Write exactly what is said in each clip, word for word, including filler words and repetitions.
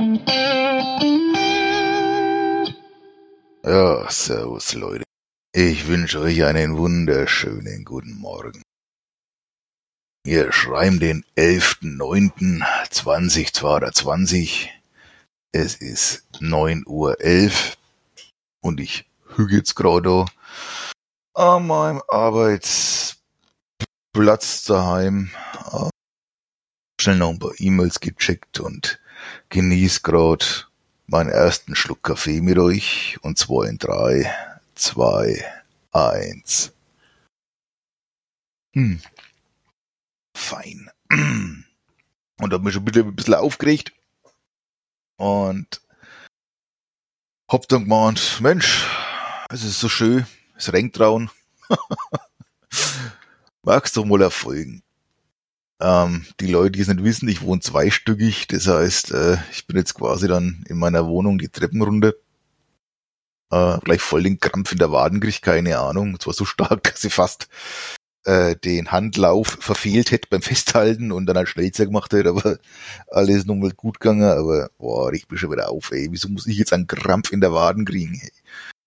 Ja, servus Leute. Ich wünsche euch einen wunderschönen guten Morgen. Wir schreiben den elften neunten zweitausendzweiundzwanzig. Es ist neun Uhr elf und ich hüge jetzt gerade an meinem Arbeitsplatz daheim. Schnell noch ein paar E-Mails gecheckt und genieße gerade meinen ersten Schluck Kaffee mit euch. Und zwar in drei, zwei, eins. Hm. Fein. Und hab mich schon wieder ein bisschen aufgeregt. Und hab dann gemeint, Mensch, es ist so schön, es regnet draußen. Magst doch mal erfolgen. Ähm, die Leute, die es nicht wissen, ich wohne zweistöckig, das heißt, äh, ich bin jetzt quasi dann in meiner Wohnung die Treppen runter. Äh, gleich voll den Krampf in der Waden krieg, keine Ahnung. Es war so stark, dass ich fast äh, den Handlauf verfehlt hätte beim Festhalten und dann halt Schnellzer gemacht hätte, aber alles nochmal gut gegangen, aber boah, ich bin schon wieder auf, ey. Wieso muss ich jetzt einen Krampf in der Waden kriegen? Ey?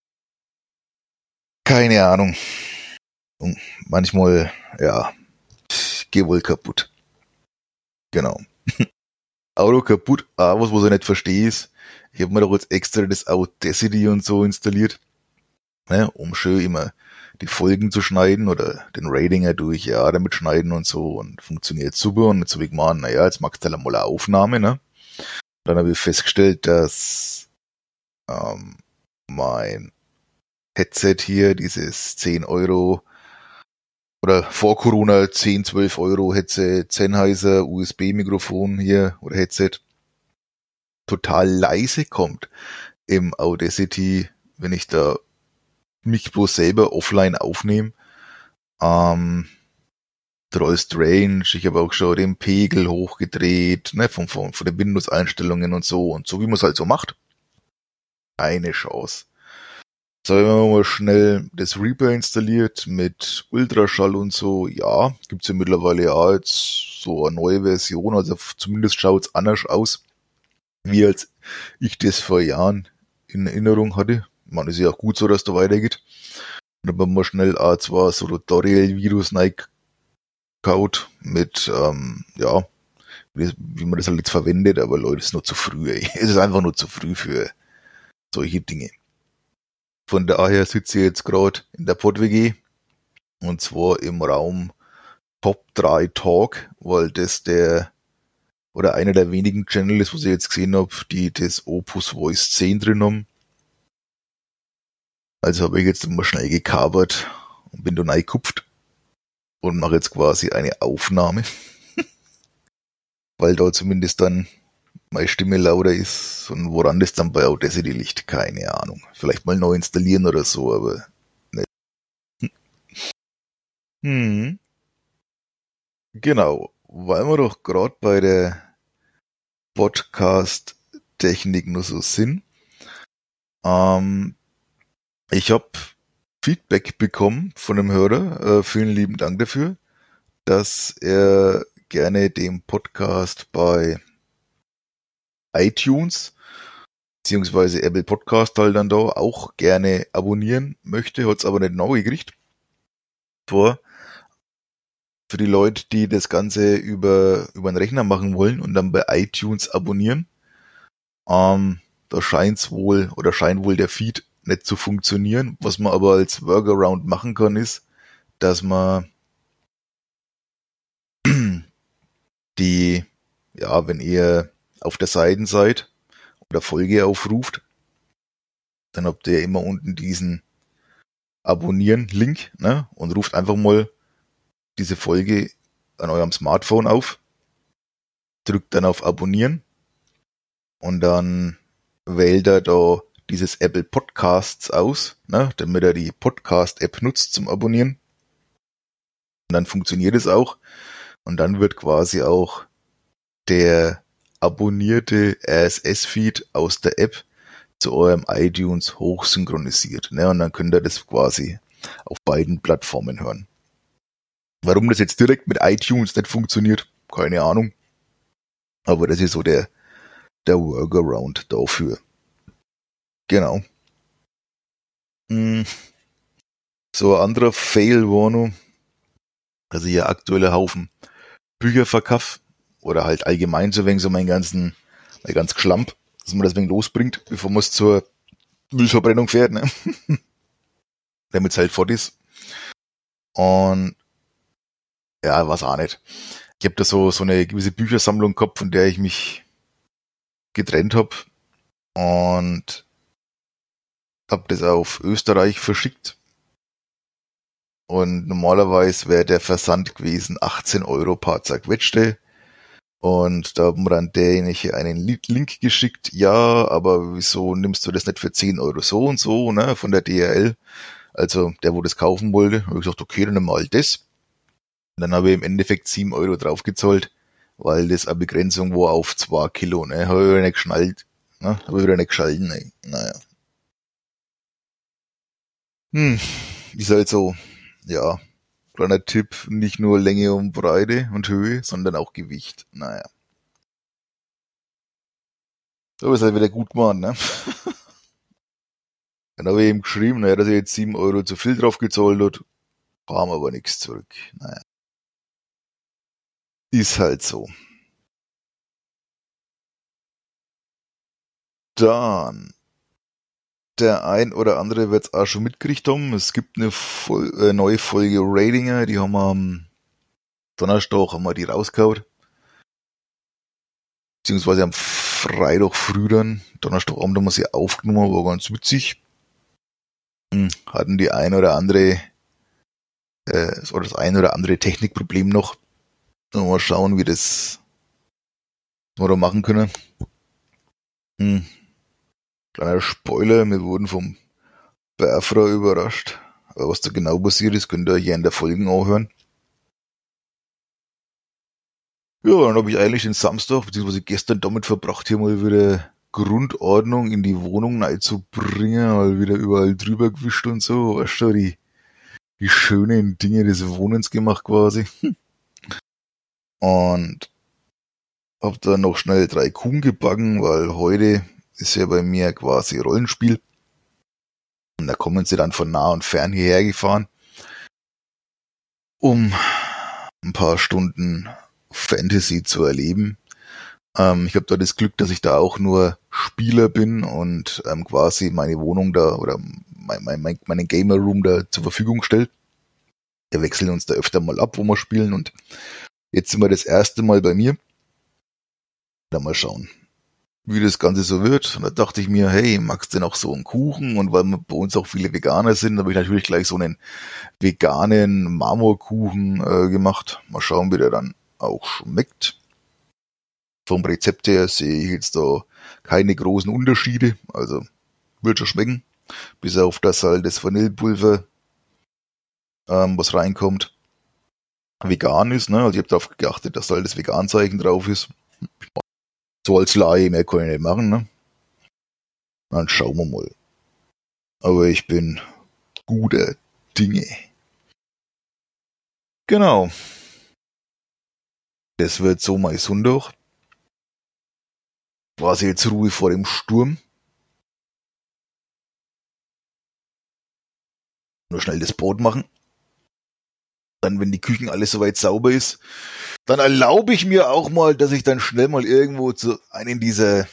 Keine Ahnung. Und manchmal, ja, ich geh wohl kaputt. Genau. Auto kaputt, aber was, was ich nicht verstehe ist, ich habe mir doch jetzt extra das Audacity und so installiert, ne, um schön immer die Folgen zu schneiden oder den Ratinger durch, ja, damit schneiden und so und funktioniert super und jetzt habe ich gemeint, naja, jetzt machst du halt mal eine Aufnahme, ne. Dann habe ich festgestellt, dass ähm, mein Headset hier, dieses zehn Euro oder vor Corona zehn, zwölf Euro Headset, Sennheiser U S B-Mikrofon hier oder Headset, total leise kommt im Audacity, wenn ich da mich bloß selber offline aufnehme. Ähm, total strange. Ich habe auch schon den Pegel hochgedreht, ne, von, von, von den Windows-Einstellungen und so. Und so wie man es halt so macht. Eine Chance. So, wenn man mal schnell das Reaper installiert mit Ultraschall und so, ja, gibt's ja mittlerweile ja jetzt so eine neue Version, also zumindest schaut's anders aus, wie als ich das vor Jahren in Erinnerung hatte. Man, ist ja auch gut so, dass da weitergeht. Und dann haben wir schnell auch zwar so Tutorial-Videos reingehaut mit, ähm, ja, wie, wie man das halt jetzt verwendet, aber Leute, es ist nur zu früh, ey. Es ist einfach nur zu früh für solche Dinge. Von daher sitze ich jetzt gerade in der Pod-W G und zwar im Raum Top drei Talk, weil das der oder einer der wenigen Channels, wo ich jetzt gesehen habe, die das Opus Voice zehn drin haben. Also habe ich jetzt mal schnell gekabert und bin da reingekupft und mache jetzt quasi eine Aufnahme, weil da zumindest dann meine Stimme lauter ist und woran das dann bei Audacity liegt, keine Ahnung. Vielleicht mal neu installieren oder so, aber nicht. Hm. Genau, weil wir doch gerade bei der Podcast-Technik nur so sind. Ähm, ich habe Feedback bekommen von einem Hörer, äh, vielen lieben Dank dafür, dass er gerne den Podcast bei iTunes beziehungsweise Apple Podcast halt dann da auch gerne abonnieren möchte, hat's aber nicht neu gekriegt. Vor für die Leute, die das Ganze über über einen Rechner machen wollen und dann bei iTunes abonnieren, ähm, da scheint's wohl oder scheint wohl der Feed nicht zu funktionieren. Was man aber als Workaround machen kann, ist, dass man die, ja, wenn ihr auf der Seite seid oder Folge aufruft, dann habt ihr immer unten diesen Abonnieren-Link, ne, und ruft einfach mal diese Folge an eurem Smartphone auf, drückt dann auf Abonnieren und dann wählt er da dieses Apple Podcasts aus, ne, damit er die Podcast-App nutzt zum Abonnieren. Und dann funktioniert es auch. Und dann wird quasi auch der abonnierte R S S-Feed aus der App zu eurem iTunes hochsynchronisiert. Ne? Und dann könnt ihr das quasi auf beiden Plattformen hören. Warum das jetzt direkt mit iTunes nicht funktioniert, keine Ahnung. Aber das ist so der der Workaround dafür. Genau. Hm. So ein anderer Fail war noch, dass ich ja aktueller Haufen Bücher verkauf oder halt allgemein so wegen so meinen ganzen, mein ganz Geschlamp, dass man das wegen losbringt, bevor man es zur Müllverbrennung fährt, ne? Damit es halt fort ist. Und ja, was auch nicht. Ich habe da so, so eine gewisse Büchersammlung gehabt, von der ich mich getrennt habe und habe das auf Österreich verschickt. Und normalerweise wäre der Versand gewesen achtzehn Euro paar zerquetschte. Und da hat mir dann derjenige einen Link geschickt. Ja, aber wieso nimmst du das nicht für zehn Euro so und so, ne, von der D H L? Also der, wo das kaufen wollte. Habe ich gesagt, okay, dann nimm mal das. Und dann habe ich im Endeffekt sieben Euro draufgezahlt, weil das eine Begrenzung war auf zwei Kilo, ne. Habe ich wieder nicht geschnallt, ne. Habe ich wieder nicht geschalten, ne. Naja. Hm, ist halt so, ja. Kleiner Tipp, nicht nur Länge und Breite und Höhe, sondern auch Gewicht. Naja. So ist halt wieder gut gemacht, ne? Dann habe ich ihm geschrieben, naja, dass er jetzt sieben Euro zu viel drauf gezahlt hat, kam aber nichts zurück. Naja. Ist halt so. Dann, der ein oder andere wird es auch schon mitgekriegt haben, es gibt eine Vol äh, neue Folge Ratinger, die haben wir am Donnerstag haben wir die rausgehauen. Beziehungsweise am Freitag früh dann, Donnerstagabend haben wir sie aufgenommen, war ganz witzig. Hm, hatten die ein oder andere, äh, oder das ein oder andere Technikproblem noch. Mal schauen, wie das wir da machen können. Hm, kleiner Spoiler, wir wurden vom Berfra überrascht. Aber was da genau passiert ist, könnt ihr hier in der Folgen anhören. Ja, dann habe ich eigentlich den Samstag, beziehungsweise gestern damit verbracht, hier mal wieder Grundordnung in die Wohnung reinzubringen, mal wieder überall drüber gewischt und so. Weißt du, die, die schönen Dinge des Wohnens gemacht quasi. Und hab dann noch schnell drei Kuchen gebacken, weil heute ist ja bei mir quasi Rollenspiel. Und da kommen sie dann von nah und fern hierher gefahren, um ein paar Stunden Fantasy zu erleben. Ähm, ich habe da das Glück, dass ich da auch nur Spieler bin und ähm, quasi meine Wohnung da oder mein, mein, mein, meinen Gamer Room da zur Verfügung stellt. Wir wechseln uns da öfter mal ab, wo wir spielen, und jetzt sind wir das erste Mal bei mir. Da mal schauen, wie das Ganze so wird. Und da dachte ich mir, hey, magst du noch so einen Kuchen? Und weil bei uns auch viele Veganer sind, habe ich natürlich gleich so einen veganen Marmorkuchen äh, gemacht. Mal schauen, wie der dann auch schmeckt. Vom Rezept her sehe ich jetzt da keine großen Unterschiede. Also wird schon schmecken. Bis auf das halt das Vanillepulver, ähm, was reinkommt, vegan ist. Ne? Also ich habe darauf geachtet, dass da halt das Veganzeichen drauf ist. So als Laie, mehr kann ich nicht machen. Ne? Dann schauen wir mal. Aber ich bin guter Dinge. Genau. Das wird so mein Sonntag. Quasi jetzt Ruhe vor dem Sturm. Nur schnell das Brot machen. Dann, wenn die Küchen alles soweit sauber ist, dann erlaube ich mir auch mal, dass ich dann schnell mal irgendwo zu einem dieser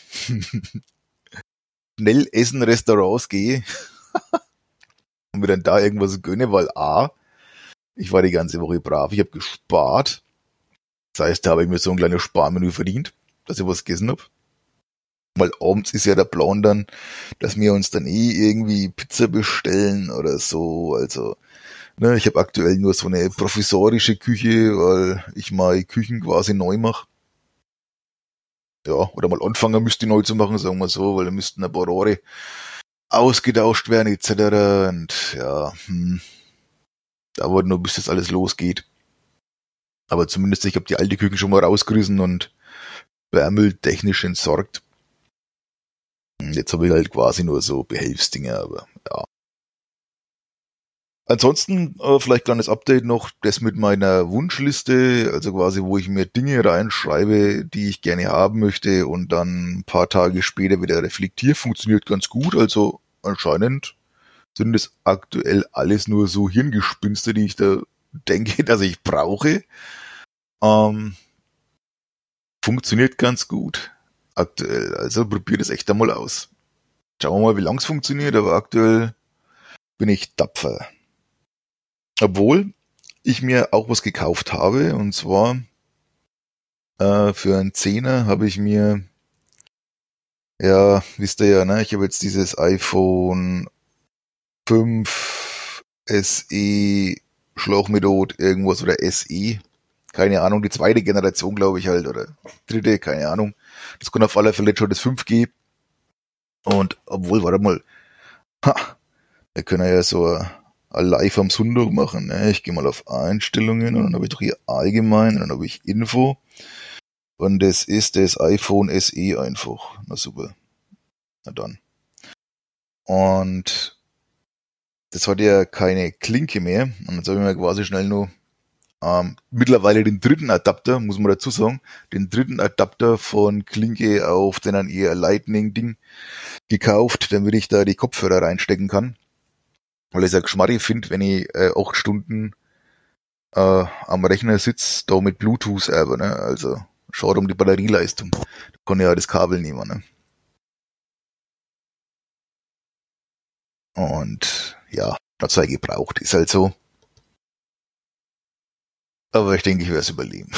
Schnellessen-Restaurants gehe und mir dann da irgendwas gönne, weil A, ich war die ganze Woche brav, ich habe gespart. Das heißt, da habe ich mir so ein kleines Sparmenü verdient, dass ich was gegessen habe. Weil abends ist ja der Plan dann, dass wir uns dann eh irgendwie Pizza bestellen oder so. Also, ne, ich habe aktuell nur so eine provisorische Küche, weil ich mal Küchen quasi neu mache. Ja, oder mal anfangen müsste, neu zu machen, sagen wir so, weil da müssten ein paar Rohre ausgetauscht werden, et cetera. Und ja, hm, dauert nur, bis das alles losgeht. Aber zumindest, ich habe die alte Küche schon mal rausgerissen und wärmeltechnisch entsorgt. Jetzt habe ich halt quasi nur so Behelfsdinger, aber ja. Ansonsten äh, vielleicht kleines Update noch, das mit meiner Wunschliste, also quasi, wo ich mir Dinge reinschreibe, die ich gerne haben möchte und dann ein paar Tage später wieder reflektiere, funktioniert ganz gut. Also anscheinend sind es aktuell alles nur so Hirngespinste, die ich da denke, dass ich brauche. Ähm, funktioniert ganz gut aktuell. Also probiert es echt einmal aus. Schauen wir mal, wie lang es funktioniert, aber aktuell bin ich tapfer. Obwohl ich mir auch was gekauft habe, und zwar äh, für einen Zehner habe ich mir, ja, wisst ihr ja, ne, ich habe jetzt dieses iPhone fünf S E Schlauchmethode irgendwas oder S E, keine Ahnung, die zweite Generation glaube ich halt, oder dritte, keine Ahnung. Das kann auf alle Fälle schon das fünf G. Und obwohl, warte mal, ha, wir können ja so ein Live am Sonntag machen. Ne? Ich gehe mal auf Einstellungen und dann habe ich doch hier allgemein und dann habe ich Info. Und das ist das iPhone S E einfach. Na super. Na dann. Und das hat ja keine Klinke mehr. Und jetzt habe ich mir quasi schnell nur ähm, mittlerweile den dritten Adapter, muss man dazu sagen, den dritten Adapter von Klinke auf den dann eher Lightning-Ding gekauft, damit ich da die Kopfhörer reinstecken kann. Weil ich es ja geschmarrig finde, wenn ich äh, acht Stunden äh, am Rechner sitze, da mit Bluetooth aber, ne? Also schade um die Batterieleistung. Da kann ich ja das Kabel nehmen, ne? Und ja, hat's halt gebraucht, ist halt so. Aber ich denke, ich werde es überleben.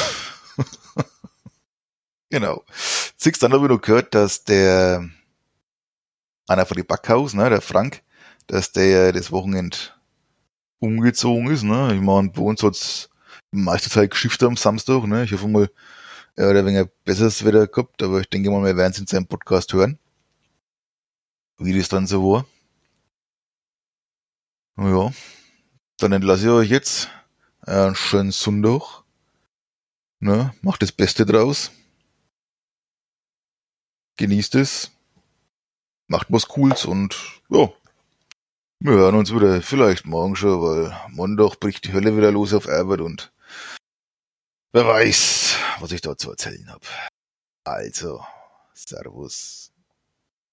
Genau. Siehst, dann habe ich noch gehört, dass der einer von den Backhaus, ne, der Frank, dass der das Wochenende umgezogen ist, ne? Ich meine, bei uns hat's die meiste Zeit geschifft am Samstag, ne? Ich hoffe mal, er hat ein wenig besseres Wetter gehabt, aber ich denke mal, wir werden es in seinem Podcast hören, wie das dann so war. Ja, dann entlasse ich euch jetzt. Äh, einen schönen Sonntag. Ne? Macht das Beste draus. Genießt es. Macht was Cooles und ja, wir hören uns wieder. Vielleicht morgen schon, weil Montag bricht die Hölle wieder los auf Arbeit und wer weiß, was ich da zu erzählen habe. Also, Servus.